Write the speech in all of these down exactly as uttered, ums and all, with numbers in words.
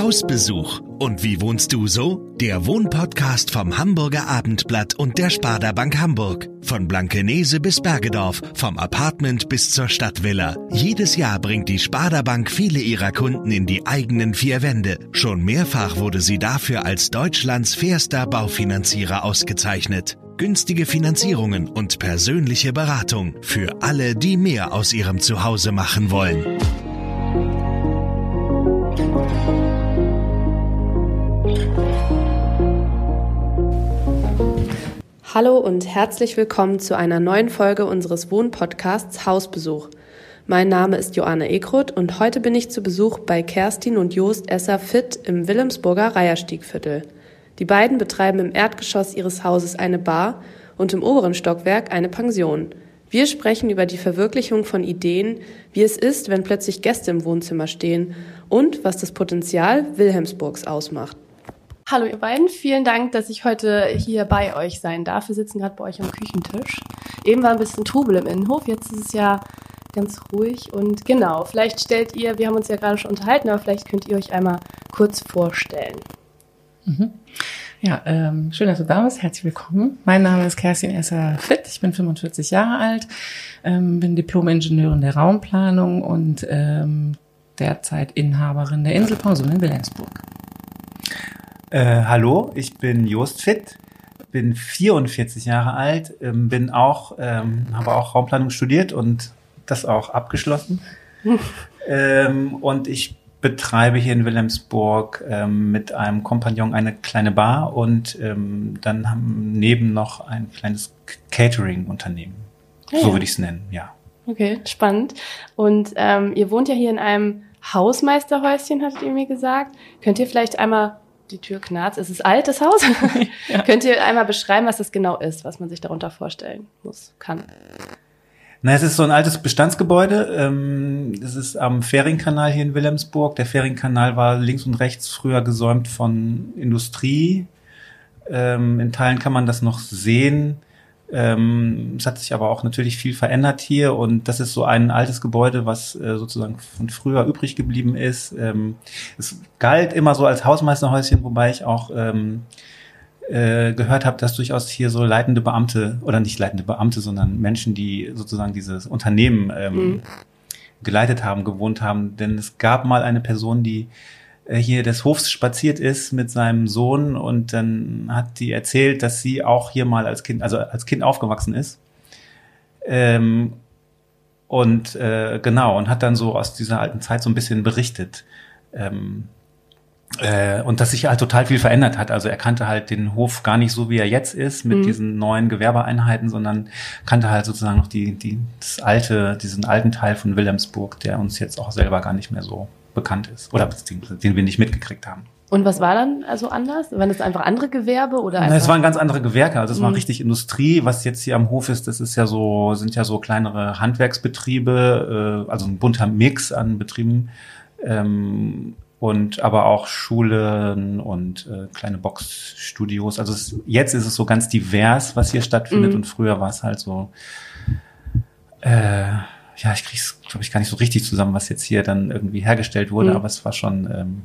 Hausbesuch. Und wie wohnst du so? Der Wohnpodcast vom Hamburger Abendblatt und der Sparda Bank Hamburg. Von Blankenese bis Bergedorf, vom Apartment bis zur Stadtvilla. Jedes Jahr bringt die Sparda Bank viele ihrer Kunden in die eigenen vier Wände. Schon mehrfach wurde sie dafür als Deutschlands fairster Baufinanzierer ausgezeichnet. Günstige Finanzierungen und persönliche Beratung für alle, die mehr aus ihrem Zuhause machen wollen. Hallo und herzlich willkommen zu einer neuen Folge unseres Wohnpodcasts Hausbesuch. Mein Name ist Joanne Ekrut und heute bin ich zu Besuch bei Kerstin und Jost Esser-Fitt im Wilhelmsburger Reiherstiegviertel. Die beiden betreiben im Erdgeschoss ihres Hauses eine Bar und im oberen Stockwerk eine Pension. Wir sprechen über die Verwirklichung von Ideen, wie es ist, wenn plötzlich Gäste im Wohnzimmer stehen und was das Potenzial Wilhelmsburgs ausmacht. Hallo ihr beiden, vielen Dank, dass ich heute hier bei euch sein darf. Wir sitzen gerade bei euch am Küchentisch. Eben war ein bisschen Trubel im Innenhof, jetzt ist es ja ganz ruhig. Und genau, vielleicht stellt ihr, wir haben uns ja gerade schon unterhalten, aber vielleicht könnt ihr euch einmal kurz vorstellen. Mhm. Ja, ähm, schön, dass du da bist. Herzlich willkommen. Mein Name ist Kerstin Esser-Fitt. Ich bin fünfundvierzig Jahre alt, ähm, bin Diplom-Ingenieurin der Raumplanung und ähm, derzeit Inhaberin der Inselpension in Wilhelmsburg. Äh, hallo, ich bin Jost Fitt, bin vierundvierzig Jahre alt, ähm, bin auch, ähm, habe auch Raumplanung studiert und das auch abgeschlossen. ähm, und ich betreibe hier in Wilhelmsburg ähm, mit einem Kompagnon eine kleine Bar und ähm, dann haben neben noch ein kleines Catering-Unternehmen. Ah, so ja. würde ich es nennen, ja. Okay, spannend. Und ähm, ihr wohnt ja hier in einem Hausmeisterhäuschen, hattet ihr mir gesagt. Könnt ihr vielleicht einmal, die Tür knarzt, es ist alt, das Haus? Ja. Könnt ihr einmal beschreiben, was das genau ist, was man sich darunter vorstellen muss, kann? Na, es ist so ein altes Bestandsgebäude. Ähm, es ist am Fähringkanal hier in Wilhelmsburg. Der Fähringkanal war links und rechts früher gesäumt von Industrie. Ähm, in Teilen kann man das noch sehen. Ähm, es hat sich aber auch natürlich viel verändert hier und das ist so ein altes Gebäude, was äh, sozusagen von früher übrig geblieben ist. Ähm, es galt immer so als Hausmeisterhäuschen, wobei ich auch ähm, äh, gehört habe, dass durchaus hier so leitende Beamte oder nicht leitende Beamte, sondern Menschen, die sozusagen dieses Unternehmen ähm, mhm. geleitet haben, gewohnt haben. Denn es gab mal eine Person, die äh, hier des Hofs spaziert ist mit seinem Sohn und dann hat die erzählt, dass sie auch hier mal als Kind, also als Kind aufgewachsen ist. Ähm, und äh, genau, und hat dann so aus dieser alten Zeit so ein bisschen berichtet. Ähm, Äh, und dass sich halt total viel verändert hat. Also er kannte halt den Hof gar nicht so, wie er jetzt ist, mit mhm. diesen neuen Gewerbeeinheiten, sondern kannte halt sozusagen noch die, die, das alte, diesen alten Teil von Wilhelmsburg, der uns jetzt auch selber gar nicht mehr so bekannt ist. Oder den wir nicht mitgekriegt haben. Und was war dann also anders? Waren das einfach andere Gewerbe oder einfach? Na, es waren ganz andere Gewerke. Also es mhm. war richtig Industrie. Was jetzt hier am Hof ist, das ist ja so, sind ja so kleinere Handwerksbetriebe, äh, also ein bunter Mix an Betrieben. Ähm, Und aber auch Schulen und äh, kleine Boxstudios. Also es, jetzt ist es so ganz divers, was hier stattfindet. Mm. Und früher war es halt so, äh, ja, ich krieg's, glaube ich, gar nicht so richtig zusammen, was jetzt hier dann irgendwie hergestellt wurde. Mm. Aber es war schon... Ähm,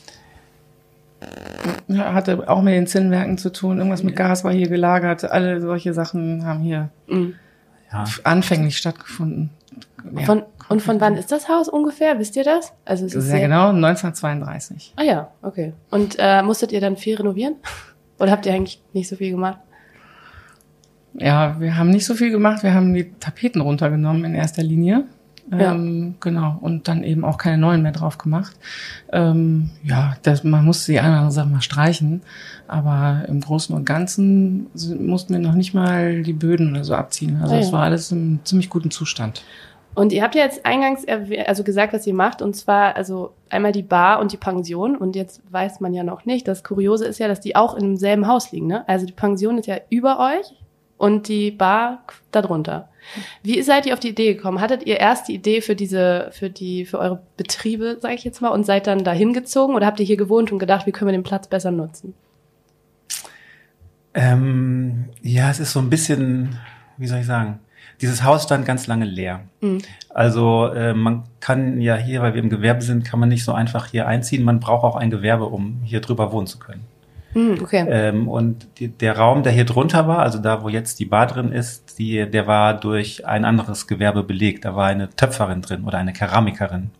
ja, hatte auch mit den Zinnwerken zu tun. Irgendwas mit Gas war hier gelagert. Alle solche Sachen haben hier mm. ja. anfänglich stattgefunden. Ja. Von, und von wann ist das Haus ungefähr? Wisst ihr das? Also es ist sehr, sehr genau, neunzehnhundertzweiunddreißig. Ah ja, okay. Und äh, musstet ihr dann viel renovieren? Oder habt ihr eigentlich nicht so viel gemacht? Ja, wir haben nicht so viel gemacht. Wir haben die Tapeten runtergenommen in erster Linie. Ja. Ähm, genau. Und dann eben auch keine neuen mehr drauf gemacht. Ähm, ja, das, man musste die eine oder andere Sache mal streichen. Aber im Großen und Ganzen mussten wir noch nicht mal die Böden oder so abziehen. Also es ah, ja. war alles im ziemlich guten Zustand. Und ihr habt ja jetzt eingangs erwäh- also gesagt, was ihr macht, und zwar also einmal die Bar und die Pension. Und jetzt weiß man ja noch nicht, das Kuriose ist ja, dass die auch im selben Haus liegen, ne? Also die Pension ist ja über euch und die Bar darunter. Wie seid ihr auf die Idee gekommen? Hattet ihr erst die Idee für diese, für die, für eure Betriebe, sage ich jetzt mal, und seid dann dahin gezogen, oder habt ihr hier gewohnt und gedacht, wie können wir den Platz besser nutzen? Ähm, ja, es ist so ein bisschen, wie soll ich sagen? dieses Haus stand ganz lange leer. Mhm. Also äh, man kann ja hier, weil wir im Gewerbe sind, kann man nicht so einfach hier einziehen. Man braucht auch ein Gewerbe, um hier drüber wohnen zu können. Mhm, okay. Ähm, und die, der Raum, der hier drunter war, also da, wo jetzt die Bar drin ist, die, der war durch ein anderes Gewerbe belegt. Da war eine Töpferin drin oder eine Keramikerin.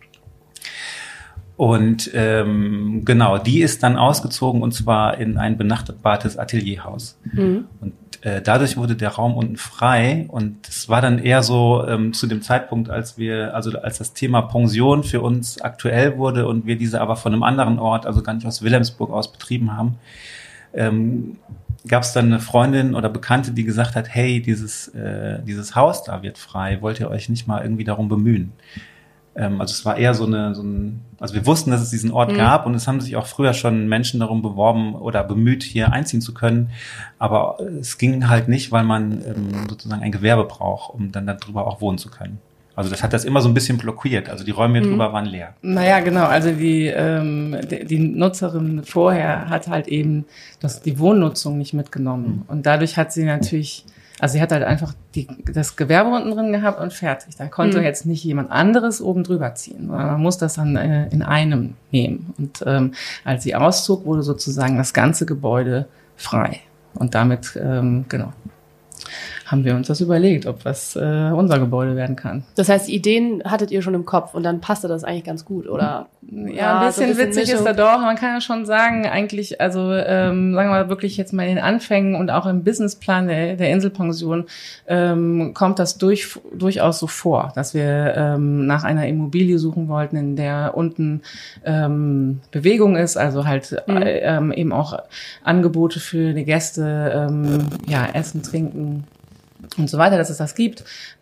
Und ähm, genau, die ist dann ausgezogen und zwar in ein benachbartes Atelierhaus. Mhm. Und äh, dadurch wurde der Raum unten frei und es war dann eher so ähm, zu dem Zeitpunkt, als wir, also als das Thema Pension für uns aktuell wurde und wir diese aber von einem anderen Ort, also gar nicht aus Wilhelmsburg aus betrieben haben, ähm, gab es dann eine Freundin oder Bekannte, die gesagt hat, hey, dieses äh, dieses Haus da wird frei, wollt ihr euch nicht mal irgendwie darum bemühen? Also es war eher so eine, so ein, also wir wussten, dass es diesen Ort mhm. gab und es haben sich auch früher schon Menschen darum beworben oder bemüht, hier einziehen zu können. Aber es ging halt nicht, weil man ähm, sozusagen ein Gewerbe braucht, um dann darüber auch wohnen zu können. Also das hat das immer so ein bisschen blockiert. Also die Räume hier mhm. drüber waren leer. Naja, genau. Also die, ähm, die, die Nutzerin vorher hat halt eben das, die Wohnnutzung nicht mitgenommen. Mhm. Und dadurch hat sie natürlich... Also sie hat halt einfach die, das Gewerbe unten drin gehabt und fertig. Da konnte mhm. jetzt nicht jemand anderes oben drüber ziehen, sondern man muss das dann äh, in einem nehmen. Und ähm, als sie auszog, wurde sozusagen das ganze Gebäude frei. Und damit, ähm, genau, haben wir uns das überlegt, ob was äh, unser Gebäude werden kann. Das heißt, die Ideen hattet ihr schon im Kopf und dann passte das eigentlich ganz gut, oder? Ja, ja ein, bisschen so ein bisschen witzig Mischung. Ist da doch. Man kann ja schon sagen, eigentlich, also ähm, sagen wir mal wirklich jetzt mal in den Anfängen und auch im Businessplan der, der Inselpension ähm, kommt das durch, durchaus so vor, dass wir ähm, nach einer Immobilie suchen wollten, in der unten ähm, Bewegung ist, also halt mhm. äh, ähm, eben auch Angebote für die Gäste, ähm, ja, Essen, Trinken und so weiter, dass es das gibt,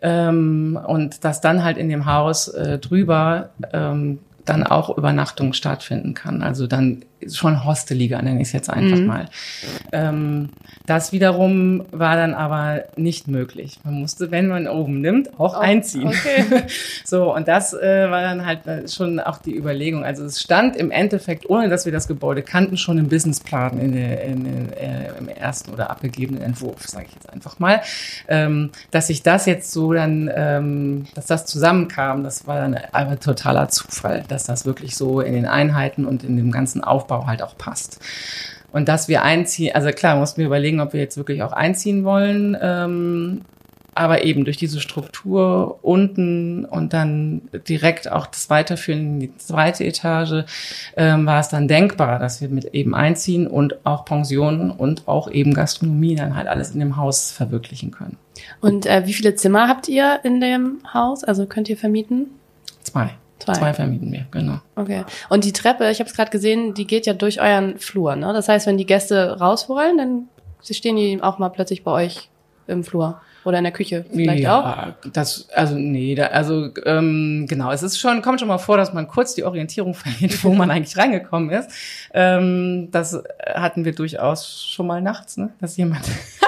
ähm, und dass dann halt in dem Haus äh, drüber ähm, dann auch Übernachtung stattfinden kann. Also dann schon Hosteliger, nenne ich es jetzt einfach mhm. mal. Ähm, das wiederum war dann aber nicht möglich. Man musste, wenn man oben nimmt, auch oh, einziehen. Okay. So, und das äh, war dann halt schon auch die Überlegung. Also es stand im Endeffekt, ohne dass wir das Gebäude kannten, schon im Businessplan in, in, in, äh, im ersten oder abgegebenen Entwurf, sage ich jetzt einfach mal. Ähm, dass sich das jetzt so dann, ähm, dass das zusammenkam, das war dann einfach totaler Zufall, dass das wirklich so in den Einheiten und in dem ganzen Aufbau halt auch passt. Und dass wir einziehen, also klar, mussten wir überlegen, ob wir jetzt wirklich auch einziehen wollen, ähm, aber eben durch diese Struktur unten und dann direkt auch das Weiterführen in die zweite Etage, ähm, war es dann denkbar, dass wir mit eben einziehen und auch Pensionen und auch eben Gastronomie dann halt alles in dem Haus verwirklichen können. Und äh, wie viele Zimmer habt ihr in dem Haus? Also könnt ihr vermieten? Zwei. Zwei. Zwei vermieten wir, genau. Okay. Und die Treppe, ich habe es gerade gesehen, die geht ja durch euren Flur, ne? Das heißt, wenn die Gäste raus wollen, dann stehen die auch mal plötzlich bei euch im Flur oder in der Küche vielleicht ja, auch? Das, also nee, da, also ähm, genau, es ist schon, kommt schon mal vor, dass man kurz die Orientierung verliert, wo man eigentlich reingekommen ist. Ähm, das hatten wir durchaus schon mal nachts, ne? Dass jemand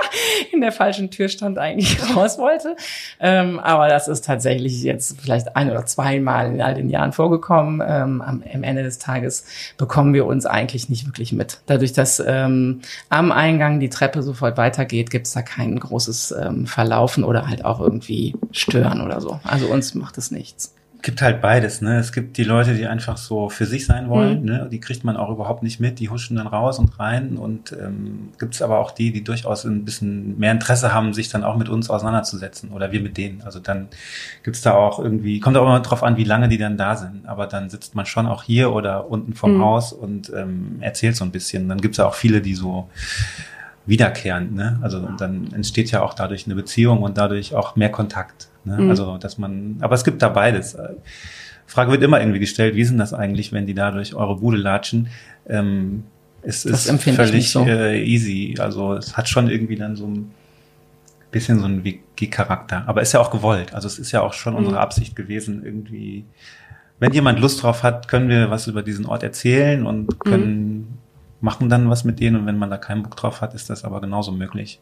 in der falschen Tür stand, eigentlich raus wollte. Ähm, aber das ist tatsächlich jetzt vielleicht ein oder zweimal in all den Jahren vorgekommen. Ähm, am, am Ende des Tages bekommen wir uns eigentlich nicht wirklich mit. Dadurch, dass ähm, am Eingang die Treppe sofort weitergeht, gibt es da kein großes ähm, Verlaufen oder halt auch irgendwie Stören oder so. Also uns macht es nichts. Gibt halt beides, ne? Es gibt die Leute, die einfach so für sich sein wollen, mhm. ne? Die kriegt man auch überhaupt nicht mit, die huschen dann raus und rein und ähm, gibt es aber auch die, die durchaus ein bisschen mehr Interesse haben, sich dann auch mit uns auseinanderzusetzen oder wir mit denen. Also dann gibt's da auch irgendwie, kommt auch immer drauf an, wie lange die dann da sind, aber dann sitzt man schon auch hier oder unten vom mhm. Haus und ähm, erzählt so ein bisschen. Dann gibt's ja auch viele, die so wiederkehrend, ne? Also dann entsteht ja auch dadurch eine Beziehung und dadurch auch mehr Kontakt. Ne? Mhm. Also, dass man, aber es gibt da beides. Frage wird immer irgendwie gestellt, wie ist denn das eigentlich, wenn die da durch eure Bude latschen? Ähm, es ist völlig so. äh, easy. Also, es hat schon irgendwie dann so ein bisschen so einen W G-Charakter. Aber ist ja auch gewollt. Also, es ist ja auch schon mhm. unsere Absicht gewesen, irgendwie, wenn jemand Lust drauf hat, können wir was über diesen Ort erzählen und können mhm. machen dann was mit denen. Und wenn man da keinen Bock drauf hat, ist das aber genauso möglich.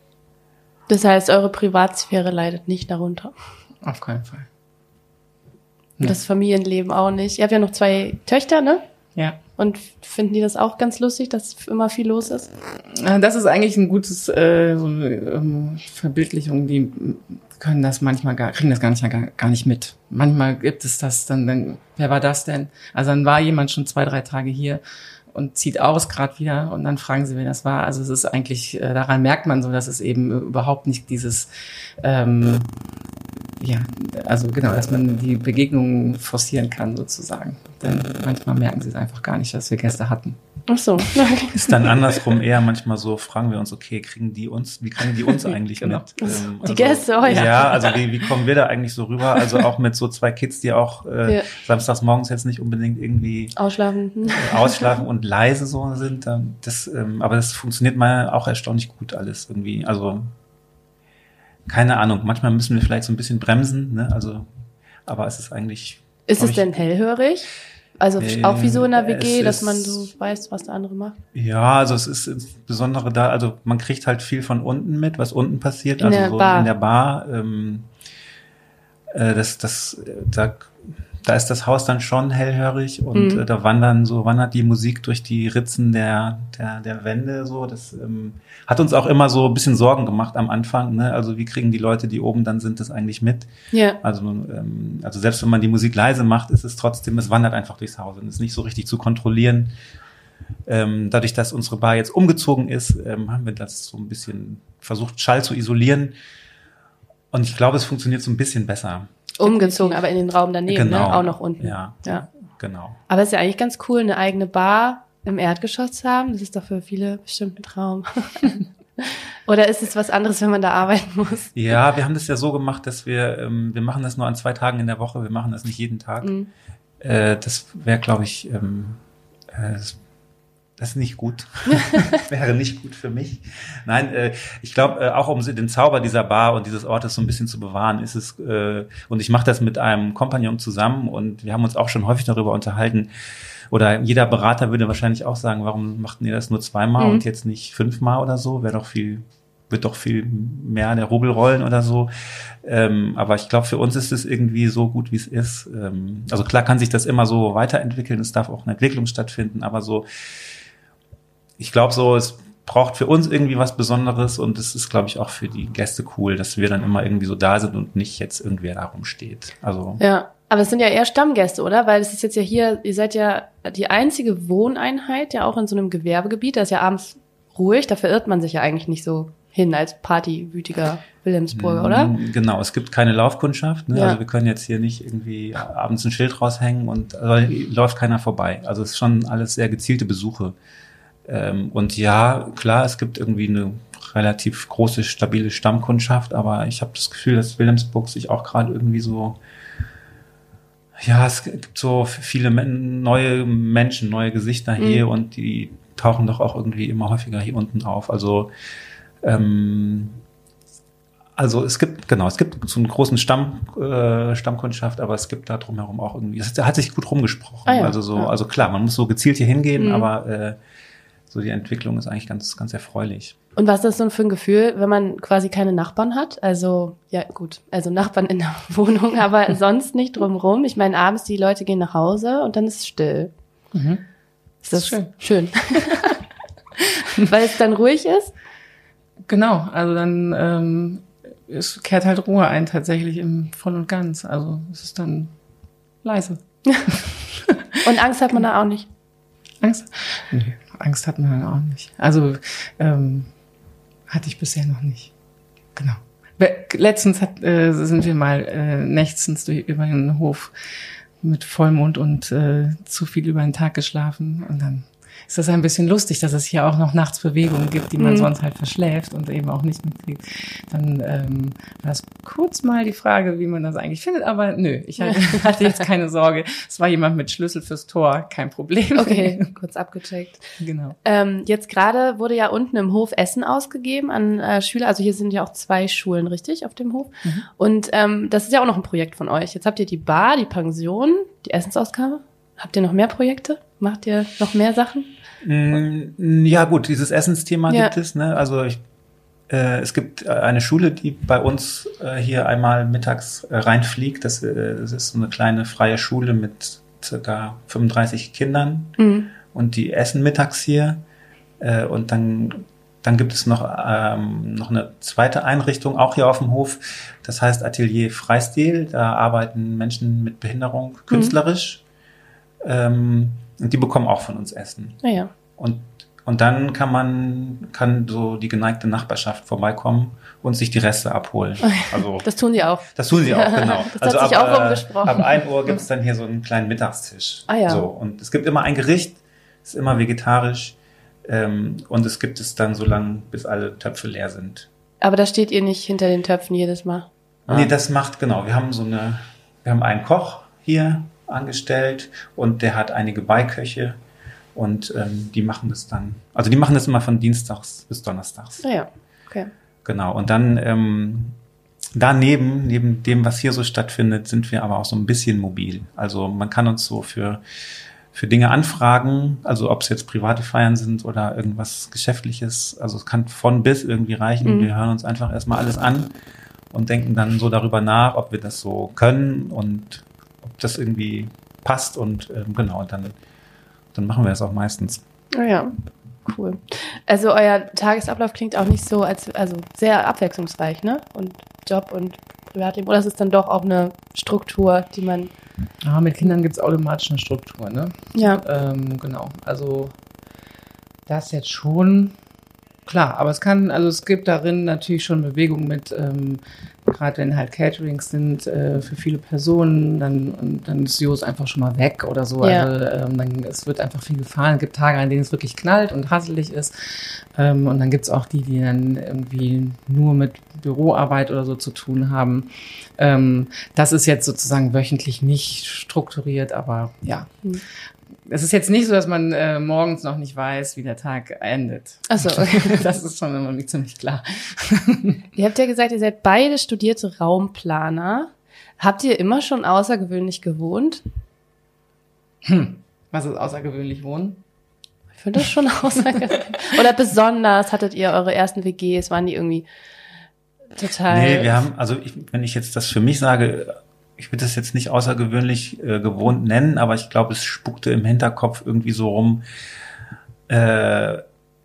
Das heißt, eure Privatsphäre leidet nicht darunter? Auf keinen Fall. Nee. Das Familienleben auch nicht. Ihr habt ja noch zwei Töchter, ne? Ja. Und finden die das auch ganz lustig, dass immer viel los ist? Das ist eigentlich ein gutes äh, so, ähm, Verbildlichung, die können das manchmal gar, kriegen das gar nicht, gar, gar nicht mit. Manchmal gibt es das dann, dann, wer war das denn? Also dann war jemand schon zwei, drei Tage hier und zieht aus gerade wieder und dann fragen sie, wer das war. Also es ist eigentlich, äh, daran merkt man so, dass es eben überhaupt nicht dieses, ähm, ja, also genau, dass man die Begegnungen forcieren kann sozusagen. Denn manchmal merken sie es einfach gar nicht, dass wir Gäste hatten. Ach so. Ist dann andersrum eher manchmal so, fragen wir uns, okay, kriegen die uns, wie kriegen die uns eigentlich genau. mit? Ähm, die also, Gäste, oh ja. Ja, also wie, wie kommen wir da eigentlich so rüber? Also auch mit so zwei Kids, die auch äh, ja. samstags morgens jetzt nicht unbedingt irgendwie ausschlafen, äh, ausschlafen und leise so sind. Das, ähm, aber das funktioniert mal auch erstaunlich gut alles irgendwie. Also keine Ahnung, manchmal müssen wir vielleicht so ein bisschen bremsen, ne? Also, aber es ist eigentlich. Ist es denn hellhörig? Also äh, auch wie so in der W G, ist, dass man so weiß, was der andere macht? Ja, also es ist insbesondere da, also man kriegt halt viel von unten mit, was unten passiert, in also der so Bar. in der Bar. Ähm, äh, das, das, da, da ist das Haus dann schon hellhörig und mhm. äh, da wandern so wandert die Musik durch die Ritzen der der der Wände so. Das ähm, hat uns auch immer so ein bisschen Sorgen gemacht am Anfang. Ne? Also wie kriegen die Leute, die oben dann sind, das eigentlich mit? Ja. Also ähm, also selbst wenn man die Musik leise macht, ist es trotzdem, es wandert einfach durchs Haus und ist nicht so richtig zu kontrollieren. Ähm, dadurch, dass unsere Bar jetzt umgezogen ist, ähm, haben wir das so ein bisschen versucht, Schall zu isolieren. Und ich glaube, es funktioniert so ein bisschen besser. Umgezogen, aber in den Raum daneben, genau. ne? Auch noch unten. Ja, ja, genau. Aber es ist ja eigentlich ganz cool, eine eigene Bar im Erdgeschoss zu haben. Das ist doch für viele bestimmt ein Traum. Oder ist es was anderes, wenn man da arbeiten muss? Ja, wir haben das ja so gemacht, dass wir, ähm, wir machen das nur an zwei Tagen in der Woche, wir machen das nicht jeden Tag. Mhm. Äh, das wäre, glaube ich, ähm, äh, das Das ist nicht gut. Wäre nicht gut für mich. Nein, äh, ich glaube, äh, auch um den Zauber dieser Bar und dieses Ortes so ein bisschen zu bewahren, ist es, äh, und ich mache das mit einem Kompagnon zusammen und wir haben uns auch schon häufig darüber unterhalten, oder jeder Berater würde wahrscheinlich auch sagen, warum machten ihr das nur zweimal mhm. und jetzt nicht fünfmal oder so? Wäre doch viel, wird doch viel mehr der Rubel rollen oder so. Ähm, aber ich glaube, für uns ist es irgendwie so gut, wie es ist. Ähm, also klar kann sich das immer so weiterentwickeln, es darf auch eine Entwicklung stattfinden, aber so, ich glaube so, es braucht für uns irgendwie was Besonderes und es ist, glaube ich, auch für die Gäste cool, dass wir dann immer irgendwie so da sind und nicht jetzt irgendwer da rumsteht. Also ja, aber es sind ja eher Stammgäste, oder? Weil es ist jetzt ja hier, ihr seid ja die einzige Wohneinheit, ja auch in so einem Gewerbegebiet, da ist ja abends ruhig, da verirrt man sich ja eigentlich nicht so hin als partywütiger Wilhelmsburger, oder? Genau, es gibt keine Laufkundschaft, ne? Ja. Also wir können jetzt hier nicht irgendwie abends ein Schild raushängen und also, läuft keiner vorbei. Also es ist schon alles sehr gezielte Besuche. Ähm, und ja, klar, es gibt irgendwie eine relativ große, stabile Stammkundschaft, aber ich habe das Gefühl, dass Wilhelmsburg sich auch gerade irgendwie so, ja, es gibt so viele men- neue Menschen, neue Gesichter hier mhm. und die tauchen doch auch irgendwie immer häufiger hier unten auf. Also, ähm, also es gibt, genau, es gibt so einen großen Stamm, äh, Stammkundschaft, aber es gibt da drumherum auch irgendwie, es hat sich gut rumgesprochen. Ah ja, also so, ja. also klar, man muss so gezielt hier hingehen, mhm. aber äh, so die Entwicklung ist eigentlich ganz, ganz erfreulich. Und was ist das so für ein Gefühl, wenn man quasi keine Nachbarn hat? Also, ja gut, also Nachbarn in der Wohnung, aber sonst nicht drumherum. Ich meine, abends die Leute gehen nach Hause und dann ist es still. Mhm. Ist das, das ist schön? Schön. Weil es dann ruhig ist? Genau, also dann ähm, es kehrt halt Ruhe ein tatsächlich im Voll und Ganz. Also es ist dann leise. Und Angst hat man da auch nicht? Angst? Nee, Angst hat man dann auch nicht. Also ähm, hatte ich bisher noch nicht. Genau. Letztens hat, äh, sind wir mal äh, nächtens durch, über den Hof mit Vollmond und äh, zu viel über den Tag geschlafen. Und dann ist das ein bisschen lustig, dass es hier auch noch nachts Bewegungen gibt, die man mhm. sonst halt verschläft und eben auch nicht mitkriegt. Dann ähm, war es kurz mal die Frage, wie man das eigentlich findet, aber nö, ich hatte, hatte jetzt keine Sorge. Es war jemand mit Schlüssel fürs Tor, kein Problem. Okay, kurz abgecheckt. Genau. Ähm, jetzt gerade wurde ja unten im Hof Essen ausgegeben an äh, Schüler, also hier sind ja auch zwei Schulen, richtig, auf dem Hof. Mhm. Und ähm, das ist ja auch noch ein Projekt von euch. Jetzt habt ihr die Bar, die Pension, die Essensausgabe. Habt ihr noch mehr Projekte? Macht ihr noch mehr Sachen? Ja gut, dieses Essensthema ja. gibt es. Ne? Also ich, äh, es gibt eine Schule, die bei uns äh, hier einmal mittags äh, reinfliegt. Das, äh, das ist so eine kleine freie Schule mit circa fünfunddreißig Kindern. Mhm. und die essen mittags hier. Äh, und dann, dann gibt es noch, ähm, noch eine zweite Einrichtung, auch hier auf dem Hof. Das heißt Atelier Freistil. Da arbeiten Menschen mit Behinderung künstlerisch. Mhm. Ähm, und die bekommen auch von uns Essen. Ja, ja. Und Und dann kann man, kann so die geneigte Nachbarschaft vorbeikommen und sich die Reste abholen. Also, das tun die auch. Das tun sie auch, genau. Das also hat sich ab, auch rumgesprochen. Ab ein Uhr gibt es dann hier so einen kleinen Mittagstisch. Ah ja. So, und es gibt immer ein Gericht, ist immer vegetarisch. Ähm, und es gibt es dann so lange, bis alle Töpfe leer sind. Aber da steht ihr nicht hinter den Töpfen jedes Mal? Ah. Nee, das macht, genau. Wir haben so eine, wir haben einen Koch hier angestellt und der hat einige Beiköche. Und ähm, die machen das dann, also die machen das immer von Dienstags bis Donnerstags. Ah ja, okay. Genau, und dann ähm, daneben, neben dem, was hier so stattfindet, sind wir aber auch so ein bisschen mobil. Also man kann uns so für, für Dinge anfragen, also ob es jetzt private Feiern sind oder irgendwas Geschäftliches. Also es kann von bis irgendwie reichen. Mhm. Wir hören uns einfach erstmal alles an und denken dann so darüber nach, ob wir das so können und ob das irgendwie passt. Und ähm, genau, und dann Dann machen wir es auch meistens. Oh ja, cool. Also euer Tagesablauf klingt auch nicht so, als also sehr abwechslungsreich, ne? Und Job und Privatleben. Oder ist es dann doch auch eine Struktur, die man... Ja, mit Kindern gibt es automatisch eine Struktur, ne? Ja. Ähm, genau. Also das jetzt schon... Klar, aber es kann, also es gibt darin natürlich schon Bewegung mit, ähm, gerade wenn halt Caterings sind äh, für viele Personen, dann, dann ist Jos einfach schon mal weg oder so. Ja. Also ähm, dann, es wird einfach viel gefahren. Es gibt Tage, an denen es wirklich knallt und hasselig ist. Ähm, und dann gibt's auch die, die dann irgendwie nur mit Büroarbeit oder so zu tun haben. Ähm, das ist jetzt sozusagen wöchentlich nicht strukturiert, aber ja. Hm. Es ist jetzt nicht so, dass man äh, morgens noch nicht weiß, wie der Tag endet. Ach so, okay. Das ist schon immer ziemlich klar. Ihr habt ja gesagt, ihr seid beide studierte Raumplaner. Habt ihr immer schon außergewöhnlich gewohnt? Hm. Was ist außergewöhnlich wohnen? Ich finde das schon außergewöhnlich. Oder besonders, hattet ihr eure ersten W Gs, waren die irgendwie total... Nee, wir haben, also ich, wenn ich jetzt das für mich sage... Ich würde das jetzt nicht außergewöhnlich äh, gewohnt nennen, aber ich glaube, es spukte im Hinterkopf irgendwie so rum, äh,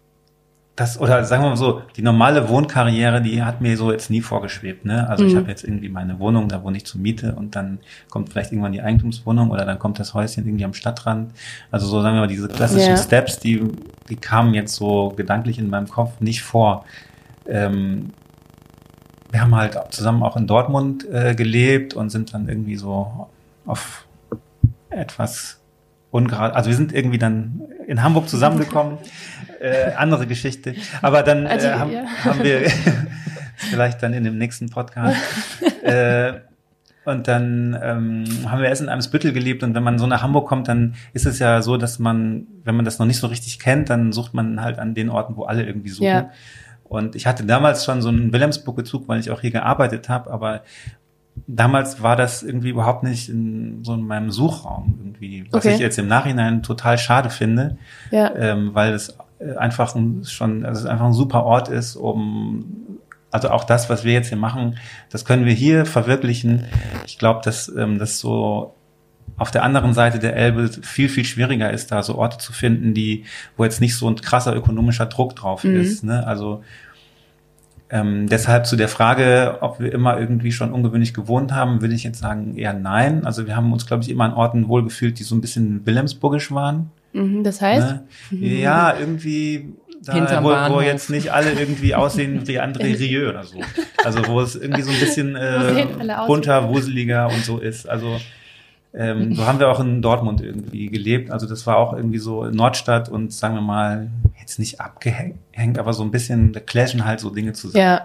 das, oder sagen wir mal so, die normale Wohnkarriere, die hat mir so jetzt nie vorgeschwebt, ne? Also mhm. ich habe jetzt irgendwie meine Wohnung, da wohne ich zur Miete und dann kommt vielleicht irgendwann die Eigentumswohnung oder dann kommt das Häuschen irgendwie am Stadtrand. Also so sagen wir mal, diese klassischen ja. Steps, die, die kamen jetzt so gedanklich in meinem Kopf nicht vor. Ähm, Wir haben halt zusammen auch in Dortmund äh, gelebt und sind dann irgendwie so auf etwas ungerade, also wir sind irgendwie dann in Hamburg zusammengekommen, äh, andere Geschichte, aber dann äh, also, haben, ja. haben wir vielleicht dann in dem nächsten Podcast äh, und dann ähm, haben wir erst in Eimsbüttel gelebt und wenn man so nach Hamburg kommt, dann ist es ja so, dass man, wenn man das noch nicht so richtig kennt, dann sucht man halt an den Orten, wo alle irgendwie suchen. Ja. Und ich hatte damals schon so einen Wilhelmsburg-Bezug, weil ich auch hier gearbeitet habe, aber damals war das irgendwie überhaupt nicht in so in meinem Suchraum irgendwie, was okay. ich jetzt im Nachhinein total schade finde, ja. ähm, weil es einfach ein, schon, also es einfach ein super Ort ist, um, also auch das, was wir jetzt hier machen, das können wir hier verwirklichen. Ich glaube, dass ähm, das so auf der anderen Seite der Elbe viel, viel schwieriger ist, da so Orte zu finden, die, wo jetzt nicht so ein krasser ökonomischer Druck drauf mhm. ist. Ne? Also ähm, deshalb zu der Frage, ob wir immer irgendwie schon ungewöhnlich gewohnt haben, würde ich jetzt sagen, eher nein. Also wir haben uns, glaube ich, immer an Orten wohlgefühlt, die so ein bisschen wilhelmsburgisch waren. Mhm, das heißt? Ne? Ja, irgendwie... Da, wo, wo jetzt nicht alle irgendwie aussehen wie André Rieu oder so. Also wo es irgendwie so ein bisschen äh, bunter, wuseliger und so ist. Also Ähm, so haben wir auch in Dortmund irgendwie gelebt. Also das war auch irgendwie so Nordstadt und sagen wir mal, jetzt nicht abgehängt, aber so ein bisschen, da clashen halt so Dinge zusammen. Ja.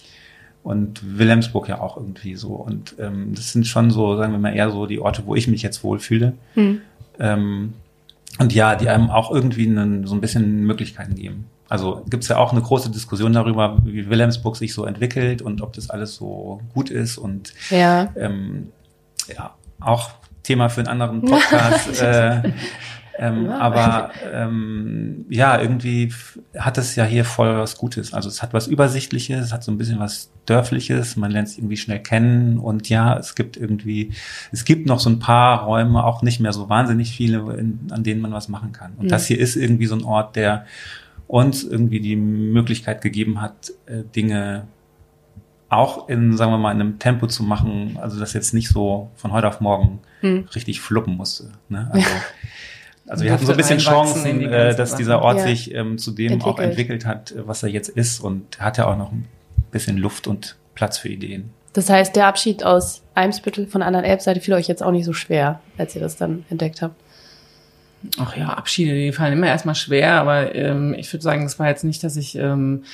Und Wilhelmsburg ja auch irgendwie so. Und ähm, das sind schon so, sagen wir mal, eher so die Orte, wo ich mich jetzt wohlfühle. Hm. Ähm, und ja, die einem auch irgendwie einen, so ein bisschen Möglichkeiten geben. Also gibt's ja auch eine große Diskussion darüber, wie Wilhelmsburg sich so entwickelt und ob das alles so gut ist. Und ja, ähm, ja auch Thema für einen anderen Podcast. äh, Ähm, Ja. Aber ähm, ja, irgendwie f- hat es ja hier voll was Gutes. Also es hat was Übersichtliches, es hat so ein bisschen was Dörfliches, man lernt es irgendwie schnell kennen und ja, es gibt irgendwie, es gibt noch so ein paar Räume, auch nicht mehr so wahnsinnig viele, in, an denen man was machen kann. Und Mhm. das hier ist irgendwie so ein Ort, der uns irgendwie die Möglichkeit gegeben hat, äh, Dinge auch in, sagen wir mal, in einem Tempo zu machen, also das jetzt nicht so von heute auf morgen Hm. richtig fluppen musste. Ne? Also, also wir Man hatten so ein bisschen durfte reinwachsen in Chancen, die äh, ganze dass Sache. dieser Ort Ja. sich ähm, zu dem auch Entwickelt. entwickelt hat, äh, was er jetzt ist und hat ja auch noch ein bisschen Luft und Platz für Ideen. Das heißt, der Abschied aus Eimsbüttel von der anderen Elbseite fiel euch jetzt auch nicht so schwer, als ihr das dann entdeckt habt. Ach ja, Abschiede, die fallen immer erstmal schwer, aber ähm, ich würde sagen, es war jetzt nicht, dass ich ähm,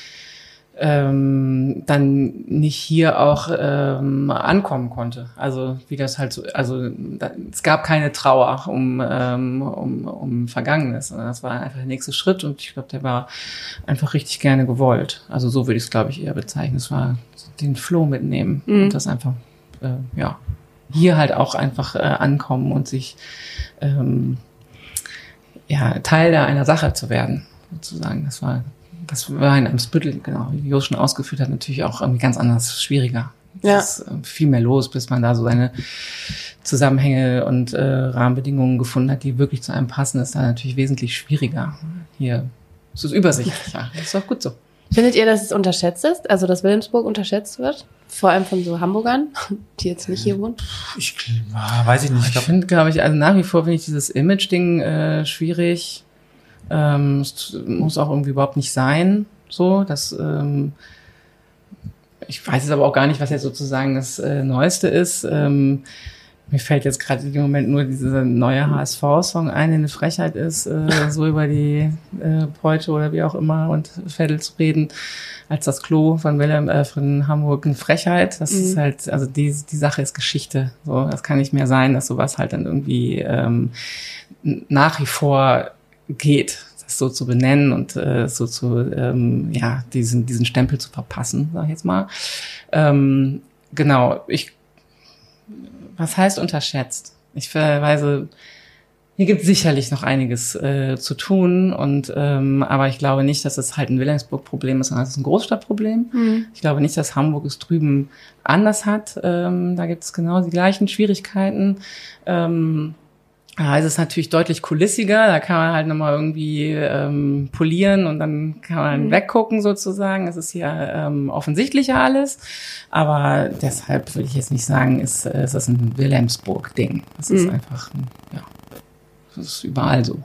ähm, dann nicht hier auch ähm, ankommen konnte. Also wie das halt so, also da, es gab keine Trauer um, ähm, um, um Vergangenes. Das war einfach der nächste Schritt und ich glaube, der war einfach richtig gerne gewollt. Also so würde ich es, glaube ich, eher bezeichnen. Es war den Flow mitnehmen Mhm. und das einfach, äh, ja, hier halt auch einfach äh, ankommen und sich ähm, ja, Teil der einer Sache zu werden, sozusagen. Das war, das war in Eimsbüttel, genau, wie Jos schon ausgeführt hat, natürlich auch irgendwie ganz anders, schwieriger. Es Ja. ist äh, viel mehr los, bis man da so seine Zusammenhänge und äh, Rahmenbedingungen gefunden hat, die wirklich zu einem passen, ist da natürlich wesentlich schwieriger. Hier ist es übersichtlicher. Das ist auch gut so. Findet ihr, dass es unterschätzt ist? Also, dass Wilhelmsburg unterschätzt wird? Vor allem von so Hamburgern, die jetzt nicht hier wohnen? Ich ah, weiß ich nicht. Ich Ich glaube, finde, glaube ich, also nach wie vor finde ich dieses Image-Ding äh, schwierig. Ähm, es muss auch irgendwie überhaupt nicht sein. So, dass ähm, ich weiß jetzt aber auch gar nicht, was jetzt sozusagen das äh, Neueste ist. Ähm, mir fällt jetzt gerade im Moment nur dieser neue H S V-Song ein, der eine Frechheit ist, äh, so über die äh, Beute oder wie auch immer und Vettel zu reden, als das Klo von Wilhelm, äh, von Hamburg eine Frechheit. Das Mhm. ist halt, also die, die Sache ist Geschichte. So, das kann nicht mehr sein, dass sowas halt dann irgendwie ähm, nach wie vor geht, das so zu benennen und äh, so zu, ähm, ja, diesen, diesen Stempel zu verpassen, sag ich jetzt mal. Ähm, genau, ich Was heißt unterschätzt? Ich verweise, hier gibt es sicherlich noch einiges äh, zu tun, und ähm, aber ich glaube nicht, dass es halt ein Wilhelmsburg-Problem ist, sondern es ist ein Großstadtproblem. Mhm. Ich glaube nicht, dass Hamburg es drüben anders hat. Ähm, da gibt es genau die gleichen Schwierigkeiten. Ähm, Ja, es ist natürlich deutlich kulissiger, da kann man halt nochmal irgendwie ähm, polieren und dann kann man Mhm. weggucken sozusagen. Es ist hier ähm, offensichtlicher alles, aber deshalb würde ich jetzt nicht sagen, ist, äh, ist das ein Wilhelmsburg-Ding. Das ist Mhm. einfach, ein, ja, das ist überall so.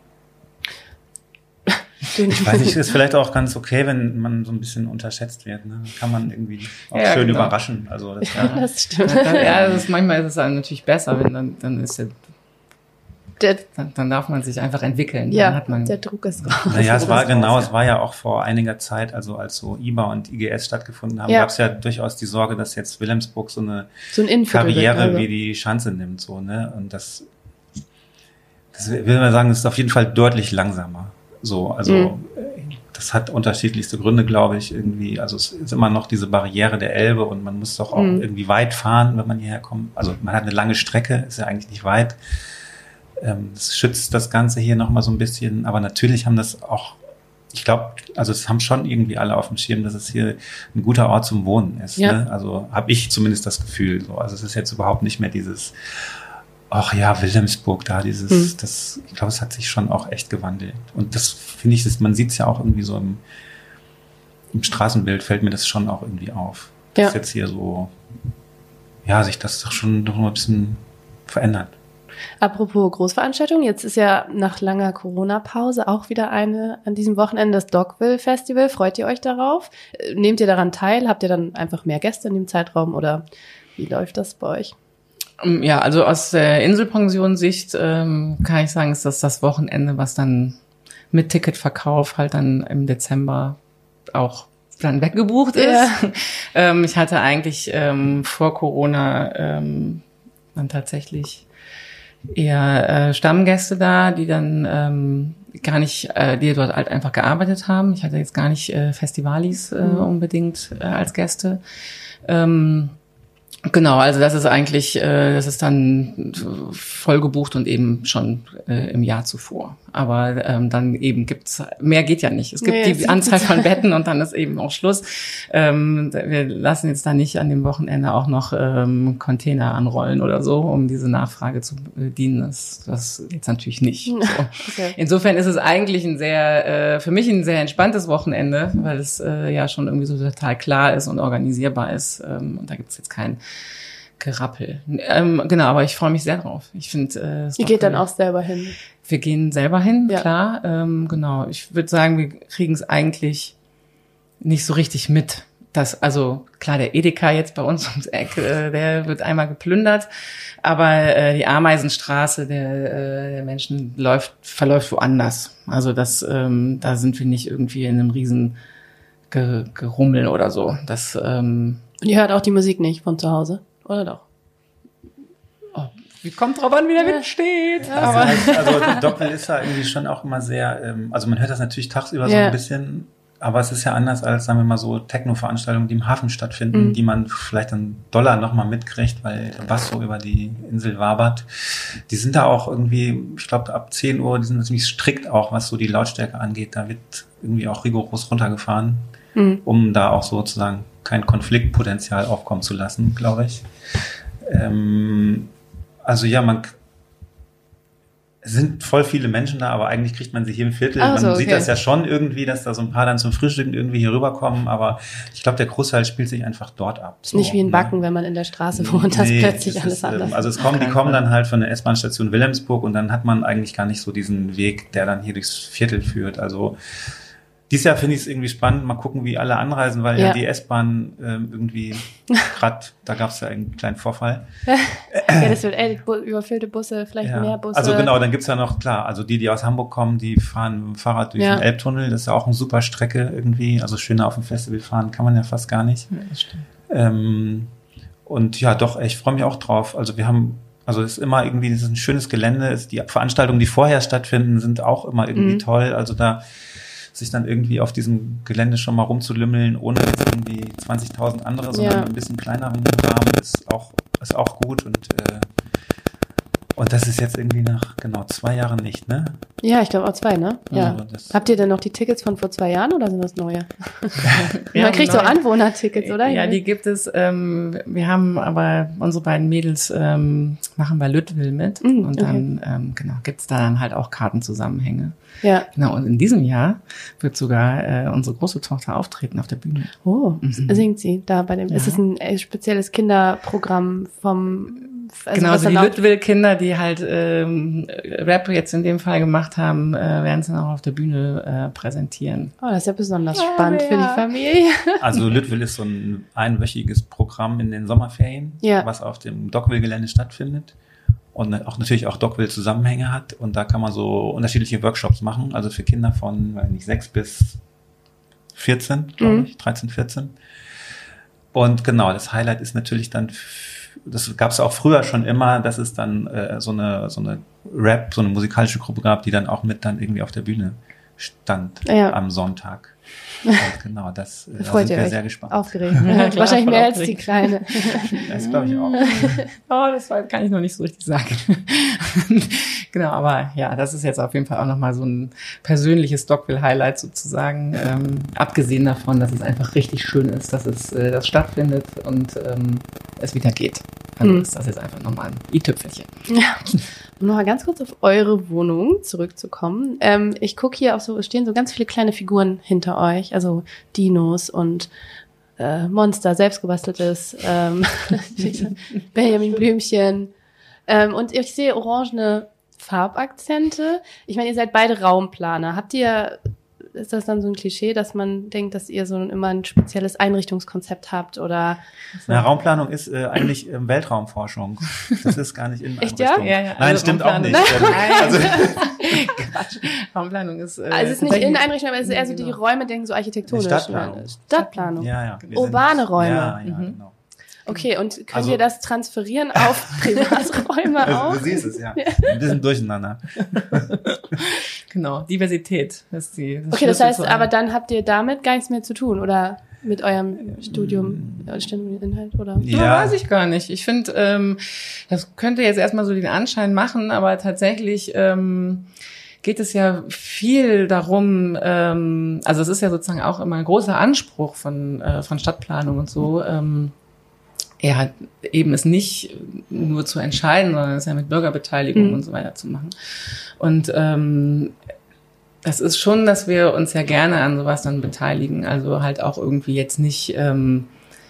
ich weiß nicht, ist vielleicht auch ganz okay, wenn man so ein bisschen unterschätzt wird. Ne? Kann man irgendwie auch Ja, schön genau. überraschen. Also das, ja. Das stimmt. Ja, das ist, manchmal ist es dann natürlich besser, wenn dann, dann ist der, Der, dann, dann darf man sich einfach entwickeln. ja, Dann hat man, der Druck ist raus. Naja, es war raus, genau, ja. es war ja auch vor einiger Zeit, also als so I B A und I G S stattgefunden haben, Ja. gab es ja durchaus die Sorge, dass jetzt Wilhelmsburg so eine So ein Innenviertel. Karriere also. wie die Schanze nimmt, so, ne? Und das, das will man sagen, das ist auf jeden Fall deutlich langsamer. So, also Mhm. äh, das hat unterschiedlichste Gründe, glaube ich, irgendwie. Also es ist immer noch diese Barriere der Elbe und man muss doch auch Mhm. irgendwie weit fahren, wenn man hierher kommt. Also man hat eine lange Strecke, ist ja eigentlich nicht weit. Ähm, das schützt das Ganze hier nochmal so ein bisschen, aber natürlich haben das auch, ich glaube, also es haben schon irgendwie alle auf dem Schirm, dass es hier ein guter Ort zum Wohnen ist. Ja. Ne? Also habe ich zumindest das Gefühl. So. Also es ist jetzt überhaupt nicht mehr dieses, ach ja, Wilhelmsburg da, dieses, Mhm. das, ich glaube, es hat sich schon auch echt gewandelt. Und das finde ich, das, man sieht es ja auch irgendwie so im, im Straßenbild, fällt mir das schon auch irgendwie auf. Ja. Dass jetzt hier so, ja, sich das doch schon doch mal ein bisschen verändert. Apropos Großveranstaltung, jetzt ist ja nach langer Corona-Pause auch wieder eine an diesem Wochenende, das Dogville Festival. Freut ihr euch darauf? Äh, Nehmt ihr daran teil? Habt ihr dann einfach mehr Gäste in dem Zeitraum oder wie läuft das bei euch? Ja, also aus der Inselpension-Sicht ähm, kann ich sagen, ist das das Wochenende, was dann mit Ticketverkauf halt dann im Dezember auch dann weggebucht ist. Ja. ähm, ich hatte eigentlich ähm, vor Corona ähm, dann tatsächlich eher äh, Stammgäste da, die dann ähm, gar nicht, äh, die dort halt einfach gearbeitet haben. Ich hatte jetzt gar nicht äh, Festivalis äh, Mhm. unbedingt äh, als Gäste. Ähm, Genau, also das ist eigentlich, äh, das ist dann voll gebucht und eben schon äh, im Jahr zuvor. Aber ähm, dann eben gibt's, mehr geht ja nicht. Es gibt nee, die Anzahl von Betten und dann ist eben auch Schluss. Ähm, wir lassen jetzt da nicht an dem Wochenende auch noch ähm, Container anrollen oder so, um diese Nachfrage zu bedienen. Das, das jetzt natürlich nicht. So. Okay. Insofern ist es eigentlich ein sehr, äh, für mich ein sehr entspanntes Wochenende, weil es äh, ja schon irgendwie so total klar ist und organisierbar ist. Ähm, und da gibt's jetzt kein Gerappel. Ähm, genau, aber ich freue mich sehr drauf. Ich finde, äh, ihr geht dann auch selber hin. Wir gehen selber hin, ja. klar. Ähm, genau. Ich würde sagen, wir kriegen es eigentlich nicht so richtig mit. Das, also klar, der Edeka jetzt bei uns ums Eck, äh, der wird einmal geplündert, aber äh, die Ameisenstraße der, äh, der Menschen läuft, verläuft woanders. Also das, ähm, da sind wir nicht irgendwie in einem riesen Ge- Gerummel oder so. Das. Ähm, Und ihr hört auch die Musik nicht von zu Hause, oder doch? Wie kommt drauf an, wie der Wind steht. Ja, aber also, also Dockville ist da irgendwie schon auch immer sehr, ähm, also man hört das natürlich tagsüber so ja. ein bisschen, aber es ist ja anders als, sagen wir mal so, Techno-Veranstaltungen, die im Hafen stattfinden, mhm. die man vielleicht dann Dollar nochmal mitkriegt, weil der Bass so über die Insel wabert. Die sind da auch irgendwie, ich glaube ab zehn Uhr, die sind ziemlich strikt auch, was so die Lautstärke angeht. Da wird irgendwie auch rigoros runtergefahren, mhm. um da auch sozusagen kein Konfliktpotenzial aufkommen zu lassen, glaube ich. Ähm, Also ja, man es sind voll viele Menschen da, aber eigentlich kriegt man sie hier im Viertel. Oh, so, man sieht okay. das ja schon irgendwie, dass da so ein paar dann zum Frühstücken irgendwie hier rüberkommen, aber ich glaube, der Großteil spielt sich einfach dort ab. So, nicht wie in Backen, ne? Wenn man in der Straße wohnt, das nee, plötzlich alles ist, anders. Also es kommen, die kommen dann halt von der S-Bahn-Station Wilhelmsburg und dann hat man eigentlich gar nicht so diesen Weg, der dann hier durchs Viertel führt. Also dieses Jahr finde ich es irgendwie spannend, mal gucken, wie alle anreisen, weil ja, ja die S-Bahn ähm, irgendwie gerade, da gab es ja einen kleinen Vorfall. Ja, das wird ey, überfüllte Busse, vielleicht ja. mehr Busse. Also genau, dann gibt's ja noch, klar, also die, die aus Hamburg kommen, die fahren mit dem Fahrrad durch ja. den Elbtunnel, das ist ja auch eine super Strecke irgendwie, also schöner auf dem Festival fahren kann man ja fast gar nicht. Ja, das stimmt. Ähm, und ja, doch, ich freue mich auch drauf. Also wir haben, also es ist immer irgendwie, das ist ein schönes Gelände, ist die Veranstaltungen, die vorher stattfinden, sind auch immer irgendwie mhm. toll, also da sich dann irgendwie auf diesem Gelände schon mal rumzulümmeln, ohne jetzt irgendwie zwanzigtausend andere, sondern ja. ein bisschen kleineren Rahmen, ist auch, ist auch gut und, äh, und das ist jetzt irgendwie nach genau zwei Jahren nicht, ne? Ja, ich glaube auch zwei, ne? Ja. Also habt ihr denn noch die Tickets von vor zwei Jahren oder sind das neue? Ja, man kriegt so Anwohnertickets, oder? Ja, die gibt es. Ähm, wir haben aber unsere beiden Mädels ähm, machen bei Lüttwil mit mm, und dann okay. ähm, genau gibt's da dann halt auch Kartenzusammenhänge. Ja. Genau, und in diesem Jahr wird sogar äh, unsere große Tochter auftreten auf der Bühne. Oh, mhm. singt sie da bei dem, ja. Ist es ein äh, spezielles Kinderprogramm vom, also genau, also die Lüttwil-Kinder, die halt ähm, Rap jetzt in dem Fall gemacht haben, äh, werden es dann auch auf der Bühne äh, präsentieren. Oh, das ist ja besonders oh, spannend ja. für die Familie. Also Lüttwil ist so ein einwöchiges Programm in den Sommerferien, ja. was auf dem Dockville-Gelände stattfindet. Und auch natürlich auch Dockville-Zusammenhänge hat. Und da kann man so unterschiedliche Workshops machen. Also für Kinder von, weiß nicht, sechs bis vierzehn, glaube ich, mhm. dreizehn, vierzehn. Und genau, das Highlight ist natürlich dann, das gab es auch früher schon immer, dass es dann äh, so eine so eine Rap, so eine musikalische Gruppe gab, die dann auch mit dann irgendwie auf der Bühne stand ja. am Sonntag. Und genau, das äh, freut sind ihr wir sehr gespannt. Aufgeregt. Ja, klar, wahrscheinlich mehr als die Kleine. Das glaube ich auch. Oh, das kann ich noch nicht so richtig sagen. Genau, aber ja, das ist jetzt auf jeden Fall auch nochmal so ein persönliches Dockville-Highlight sozusagen. Ähm, abgesehen davon, dass es einfach richtig schön ist, dass es äh, das stattfindet und ähm, es wieder geht. Also mhm. ist das jetzt einfach nochmal ein i-Tüpfelchen. Ja. Um nochmal ganz kurz auf eure Wohnung zurückzukommen. Ähm, ich gucke hier auch so, es stehen so ganz viele kleine Figuren hinter euch, also Dinos und äh, Monster, selbstgebasteltes, ähm, Benjamin Blümchen. Ähm, und ich sehe orangene Farbakzente. Ich meine, ihr seid beide Raumplaner. Habt ihr, ist das dann so ein Klischee, dass man denkt, dass ihr so immer ein spezielles Einrichtungskonzept habt oder? So? Na, Raumplanung ist äh, eigentlich äh, Weltraumforschung. Das ist gar nicht Inneneinrichtung. Echt, ja? Ja, ja, Nein, also stimmt auch nicht. Nein. Also, Quatsch. Raumplanung ist, äh, also es ist nicht Inneneinrichtung, aber es ist eher so die Räume, denken so architektonisch. Stadtplanung. Stadtplanung. Ja, ja. Wir Urbane sind, Räume. Ja, ja, mhm. genau. Okay, und könnt also, ihr das transferieren auf Privaträume auch? Also, du siehst es, ja. Ein bisschen durcheinander. Genau, Diversität ist die. Das okay, das heißt, aber dann habt ihr damit gar nichts mehr zu tun, oder? mit eurem Studium, äh, Studiuminhalt, oder? Ja, ja, weiß ich gar nicht. Ich finde, ähm, das könnte jetzt erstmal so den Anschein machen, aber tatsächlich ähm, geht es ja viel darum, ähm, also es ist ja sozusagen auch immer ein großer Anspruch von äh, von Stadtplanung und so, ähm, ja, eben es nicht nur zu entscheiden, sondern es ja mit Bürgerbeteiligung mhm. und so weiter zu machen. Und ähm, das ist schon, dass wir uns ja gerne an sowas dann beteiligen, also halt auch irgendwie jetzt nicht, ähm,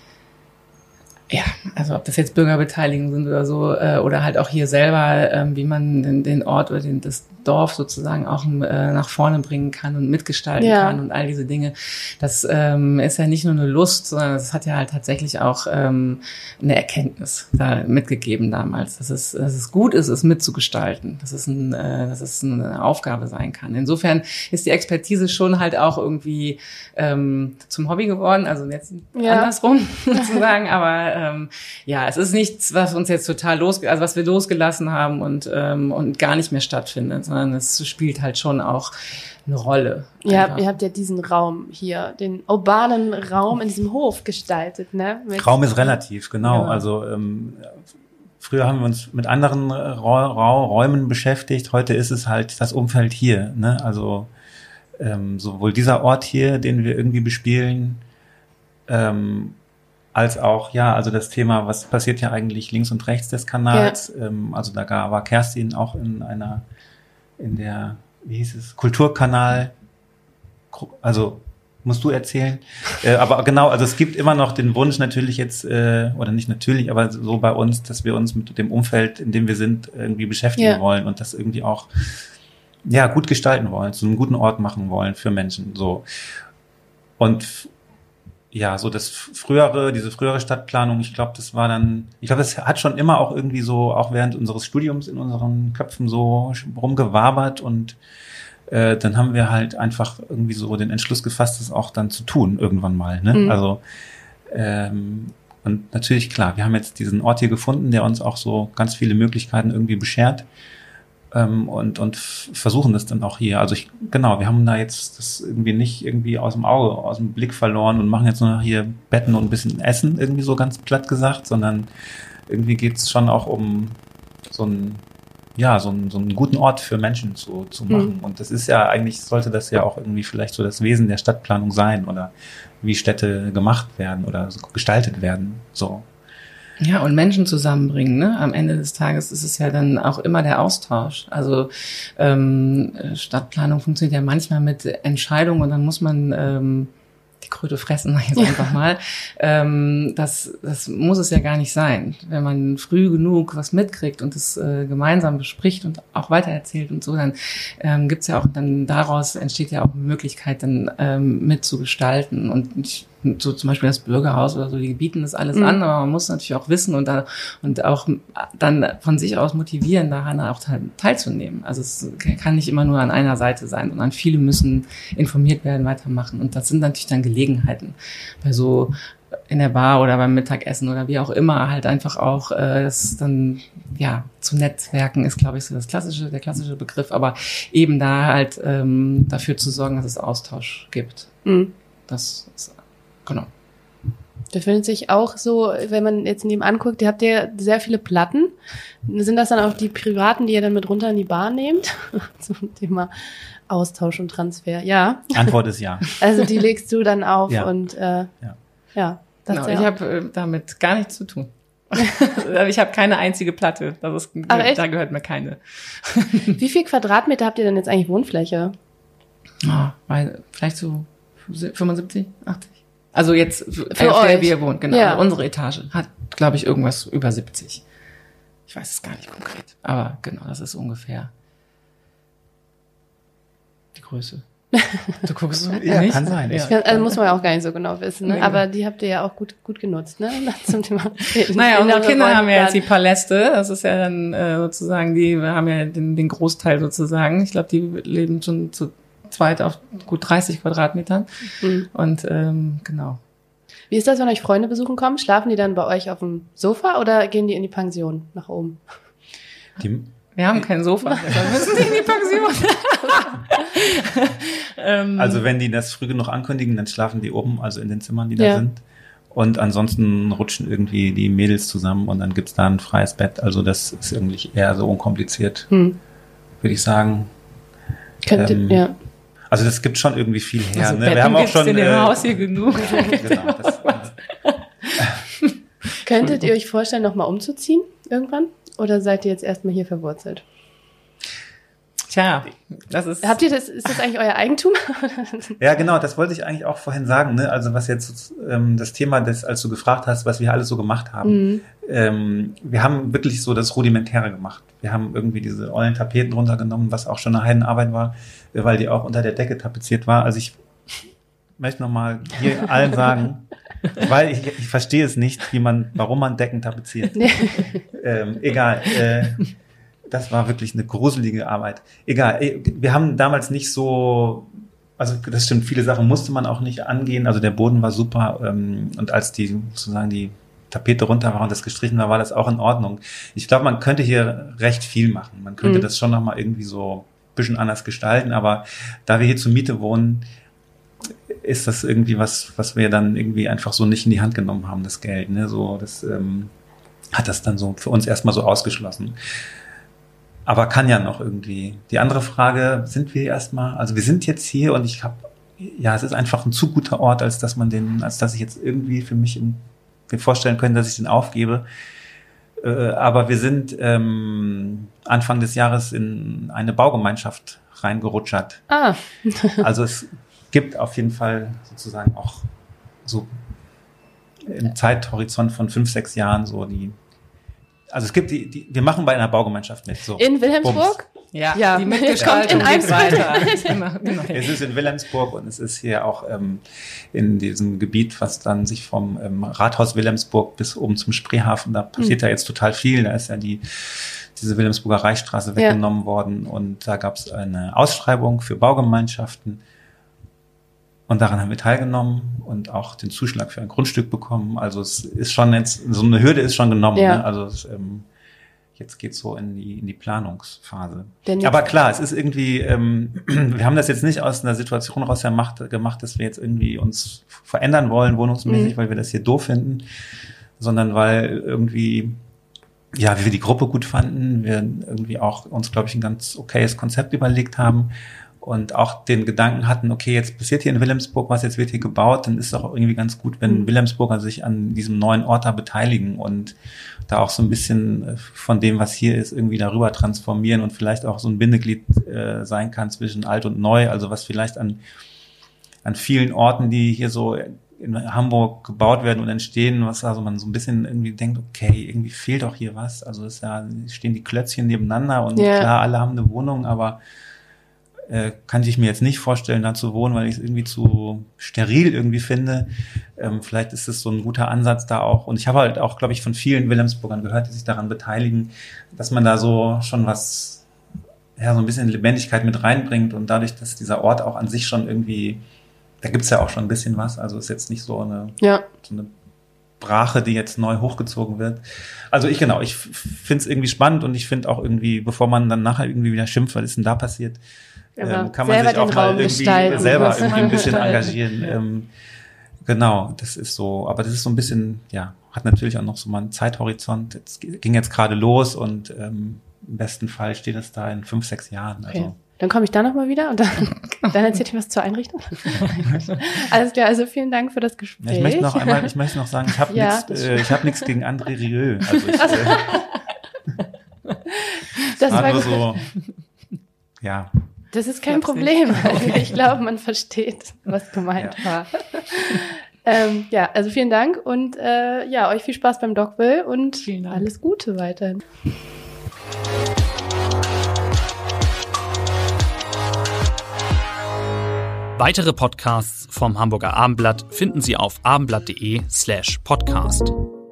ja, also ob das jetzt Bürgerbeteiligung sind oder so, äh, oder halt auch hier selber, ähm, wie man den, den Ort oder den, das Dorf sozusagen auch äh, nach vorne bringen kann und mitgestalten ja. kann und all diese Dinge. Das ähm, ist ja nicht nur eine Lust, sondern das hat ja halt tatsächlich auch ähm, eine Erkenntnis da mitgegeben damals, dass es, dass es gut ist, es mitzugestalten, dass es, ein, äh, dass es eine Aufgabe sein kann. Insofern ist die Expertise schon halt auch irgendwie ähm, zum Hobby geworden, also jetzt ja. andersrum sozusagen, aber ähm, ja, es ist nichts, was uns jetzt total los, also was wir losgelassen haben und ähm, und gar nicht mehr stattfindet, sondern es spielt halt schon auch eine Rolle. Ja, ihr habt ja diesen Raum hier, den urbanen Raum in diesem Hof gestaltet, ne? Mit Raum ist relativ, genau. Ja. Also ähm, früher haben wir uns mit anderen Ra- Ra- Räumen beschäftigt. Heute ist es halt das Umfeld hier, ne? Also ähm, sowohl dieser Ort hier, den wir irgendwie bespielen, ähm, als auch, ja, also das Thema, was passiert ja eigentlich links und rechts des Kanals. Ja. Ähm, also da war Kerstin auch in einer, in der, wie hieß es, Kulturkanal, also musst du erzählen. äh, aber genau, also es gibt immer noch den Wunsch natürlich jetzt, äh, oder nicht natürlich, aber so bei uns, dass wir uns mit dem Umfeld, in dem wir sind, irgendwie beschäftigen ja. wollen und das irgendwie auch, ja, gut gestalten wollen, zu einem guten Ort machen wollen für Menschen, so. Und ja, so das frühere, diese frühere Stadtplanung, ich glaube, das war dann, ich glaube, das hat schon immer auch irgendwie so, auch während unseres Studiums in unseren Köpfen so rumgewabert und äh, dann haben wir halt einfach irgendwie so den Entschluss gefasst, das auch dann zu tun, irgendwann mal, ne? Mhm. Also, ähm, und natürlich, klar, wir haben jetzt diesen Ort hier gefunden, der uns auch so ganz viele Möglichkeiten irgendwie beschert. Und, und versuchen das dann auch hier. Also ich, genau, wir haben da jetzt das irgendwie nicht irgendwie aus dem Auge, aus dem Blick verloren und machen jetzt nur noch hier Betten und ein bisschen Essen, irgendwie so ganz platt gesagt, sondern irgendwie geht's schon auch um so einen, ja, so einen, so einen guten Ort für Menschen zu, zu machen. Mhm. Und das ist ja eigentlich, sollte das ja auch irgendwie vielleicht so das Wesen der Stadtplanung sein oder wie Städte gemacht werden oder so gestaltet werden, so. Ja, und Menschen zusammenbringen, ne? Am Ende des Tages ist es ja dann auch immer der Austausch. Also ähm, Stadtplanung funktioniert ja manchmal mit Entscheidungen und dann muss man ähm, die Kröte fressen, jetzt ja. einfach mal. Ähm, das, das muss es ja gar nicht sein. Wenn man früh genug was mitkriegt und es äh, gemeinsam bespricht und auch weitererzählt und so, dann ähm, gibt's ja auch, dann daraus entsteht ja auch eine Möglichkeit, dann ähm, mitzugestalten. Und ich, so zum Beispiel das Bürgerhaus oder so, die bieten das alles mhm. an, aber man muss natürlich auch wissen und da, und auch dann von sich aus motivieren, daran auch teil, teilzunehmen. Also es kann nicht immer nur an einer Seite sein, sondern viele müssen informiert werden, weitermachen. Und das sind natürlich dann Gelegenheiten bei so in der Bar oder beim Mittagessen oder wie auch immer halt einfach auch äh, das dann ja zu Netzwerken ist, glaube ich, so das klassische, der klassische Begriff, aber eben da halt ähm, dafür zu sorgen, dass es Austausch gibt. Mhm. Das ist genau. Das findet sich auch so, wenn man jetzt nebenan guckt, ihr habt ja sehr viele Platten. Sind das dann auch die privaten, die ihr dann mit runter in die Bar nehmt? Zum Thema Austausch und Transfer. Ja. Antwort ist ja. Also die legst du dann auf ja. und äh, ja. ja das genau, ja ich habe äh, damit gar nichts zu tun. Ich habe keine einzige Platte. Das ist, Ach, echt? Da gehört mir keine. Wie viel Quadratmeter habt ihr denn jetzt eigentlich Wohnfläche? Oh, weil, vielleicht so fünfundsiebzig, achtzig. Also jetzt für, für äh, euch. Wir wohnen, genau. Ja. Also unsere Etage hat, glaube ich, irgendwas über siebzig. Ich weiß es gar nicht konkret. Aber genau, das ist ungefähr die Größe. Du guckst so? Ja, nicht? kann sein. Ja. Also muss man ja auch gar nicht so genau wissen. Ne? Nee, aber die habt ihr ja auch gut gut genutzt, ne? Zum Thema. Naja, unsere Kinder haben ja jetzt die Paläste. Das ist ja dann äh, sozusagen, die wir haben ja den, den Großteil sozusagen. Ich glaube, die leben schon zu zweit auf gut dreißig Quadratmetern. Mhm. Und ähm, genau. Wie ist das, wenn euch Freunde besuchen kommen? Schlafen die dann bei euch auf dem Sofa oder gehen die in die Pension nach oben? Die, Wir haben kein Sofa, deshalb müssen Sie in die Pension. ähm, Also wenn die das früh genug ankündigen, dann schlafen die oben, also in den Zimmern, die da Ja. sind. Und ansonsten rutschen irgendwie die Mädels zusammen und dann gibt's da ein freies Bett. Also das ist irgendwie eher so unkompliziert, Hm. würde ich sagen. Könnte, Ähm, ja. Also das gibt schon irgendwie viel her. also Ne? Betten Wir haben auch gibt's schon in dem äh, Haus hier genug. genau, das, Könntet ihr euch vorstellen, nochmal umzuziehen irgendwann? Oder seid ihr jetzt erstmal hier verwurzelt? Tja, das ist... Habt ihr das, ist das eigentlich euer Eigentum? ja, genau, das wollte ich eigentlich auch vorhin sagen. Ne? Also was jetzt ähm, das Thema, des, als du gefragt hast, was wir alles so gemacht haben. Mhm. Ähm, wir haben wirklich so das Rudimentäre gemacht. Wir haben irgendwie diese ollen Tapeten runtergenommen, was auch schon eine Heidenarbeit war, weil die auch unter der Decke tapeziert war. Also ich möchte nochmal hier allen sagen, weil ich, ich verstehe es nicht, wie man, warum man Decken tapeziert. ähm, egal. Äh, das war wirklich eine gruselige Arbeit. Egal. Wir haben damals nicht so, also das stimmt, viele Sachen musste man auch nicht angehen. Also der Boden war super ähm, und als die sozusagen die Tapete runter war und das gestrichen war, war das auch in Ordnung. Ich glaube, man könnte hier recht viel machen. Man könnte Mhm. das schon nochmal irgendwie so ein bisschen anders gestalten, aber da wir hier zur Miete wohnen, ist das irgendwie was, was wir dann irgendwie einfach so nicht in die Hand genommen haben, das Geld. Ne? So, das ähm, hat das dann so für uns erstmal so ausgeschlossen. Aber kann ja noch irgendwie. Die andere Frage, sind wir erstmal, also wir sind jetzt hier und ich habe, ja, es ist einfach ein zu guter Ort, als dass man den, als dass ich jetzt irgendwie für mich im, mir vorstellen könnte, dass ich den aufgebe. Äh, aber wir sind ähm, Anfang des Jahres in eine Baugemeinschaft reingerutschert. Ah, Also es gibt auf jeden Fall sozusagen auch so im Zeithorizont von fünf, sechs Jahren so die, also es gibt die, die wir machen bei einer Baugemeinschaft mit. So. in Wilhelmsburg? Ja, Ja. die Mitgestaltung Kommt in geht einem weiter. Genau, genau. Es ist in Wilhelmsburg und es ist hier auch ähm, in diesem Gebiet, was dann sich vom ähm, Rathaus Wilhelmsburg bis oben zum Spreehafen, da passiert Mhm. ja jetzt total viel. Da ist ja die diese Wilhelmsburger Reichsstraße weggenommen ja. worden und da gab es eine Ausschreibung für Baugemeinschaften und daran haben wir teilgenommen und auch den Zuschlag für ein Grundstück bekommen. Also es ist schon jetzt, so eine Hürde ist schon genommen. Ja. Ne? Also es, ähm, jetzt geht's so in die, in die Planungsphase. Denn Aber klar, es ist irgendwie, ähm, wir haben das jetzt nicht aus einer Situation raus gemacht, gemacht, dass wir jetzt irgendwie uns verändern wollen, wohnungsmäßig, Mhm. weil wir das hier doof finden, sondern weil irgendwie, ja, wie wir die Gruppe gut fanden, wir irgendwie auch uns, glaube ich, ein ganz okayes Konzept überlegt haben und auch den Gedanken hatten, okay, jetzt passiert hier in Wilhelmsburg was, jetzt wird hier gebaut, dann ist es auch irgendwie ganz gut, wenn Mhm. Wilhelmsburger sich an diesem neuen Ort da beteiligen und da auch so ein bisschen von dem, was hier ist, irgendwie darüber transformieren und vielleicht auch so ein Bindeglied äh, sein kann zwischen alt und neu, also was vielleicht an an vielen Orten, die hier so in Hamburg gebaut werden und entstehen, was also man so ein bisschen irgendwie denkt, okay, irgendwie fehlt auch hier was. Also es ist ja, stehen die Klötzchen nebeneinander und Ja. klar, alle haben eine Wohnung, aber äh, kann ich mir jetzt nicht vorstellen, da zu wohnen, weil ich es irgendwie zu steril irgendwie finde. Ähm, vielleicht ist es so ein guter Ansatz da auch. Und ich habe halt auch, glaube ich, von vielen Wilhelmsburgern gehört, die sich daran beteiligen, dass man da so schon was, ja, so ein bisschen Lebendigkeit mit reinbringt und dadurch, dass dieser Ort auch an sich schon irgendwie, da gibt's ja auch schon ein bisschen was. Also ist jetzt nicht so eine, Ja. so eine Brache, die jetzt neu hochgezogen wird. Also ich, genau, ich finde es irgendwie spannend und ich finde auch irgendwie, bevor man dann nachher irgendwie wieder schimpft, was ist denn da passiert, Aber ähm, kann man selber sich auch den mal Raum irgendwie gestalten. selber Was irgendwie man ein bisschen gestalten. engagieren. Ja. Ähm, genau, das ist so, aber das ist so ein bisschen, ja, hat natürlich auch noch so mal einen Zeithorizont. Es ging jetzt gerade los und ähm, im besten Fall steht es da in fünf, sechs Jahren. Also Okay. Dann komme ich da nochmal wieder und dann, dann erzähle ich was zur Einrichtung. Alles klar, also vielen Dank für das Gespräch. Ja, ich möchte noch einmal, ich möchte noch sagen, ich habe Ja, nichts, das äh, ich habe nichts gegen André Rieu. Also ich, äh, das, war war nur gut. so, ja. Das ist kein Glaub's Problem. Ich glaube, man versteht, was gemeint war. Ähm, ja, also vielen Dank und äh, ja, euch viel Spaß beim Dogville und Vielen Dank. alles Gute weiterhin. Weitere Podcasts vom Hamburger Abendblatt finden Sie auf abendblatt.de slash podcast.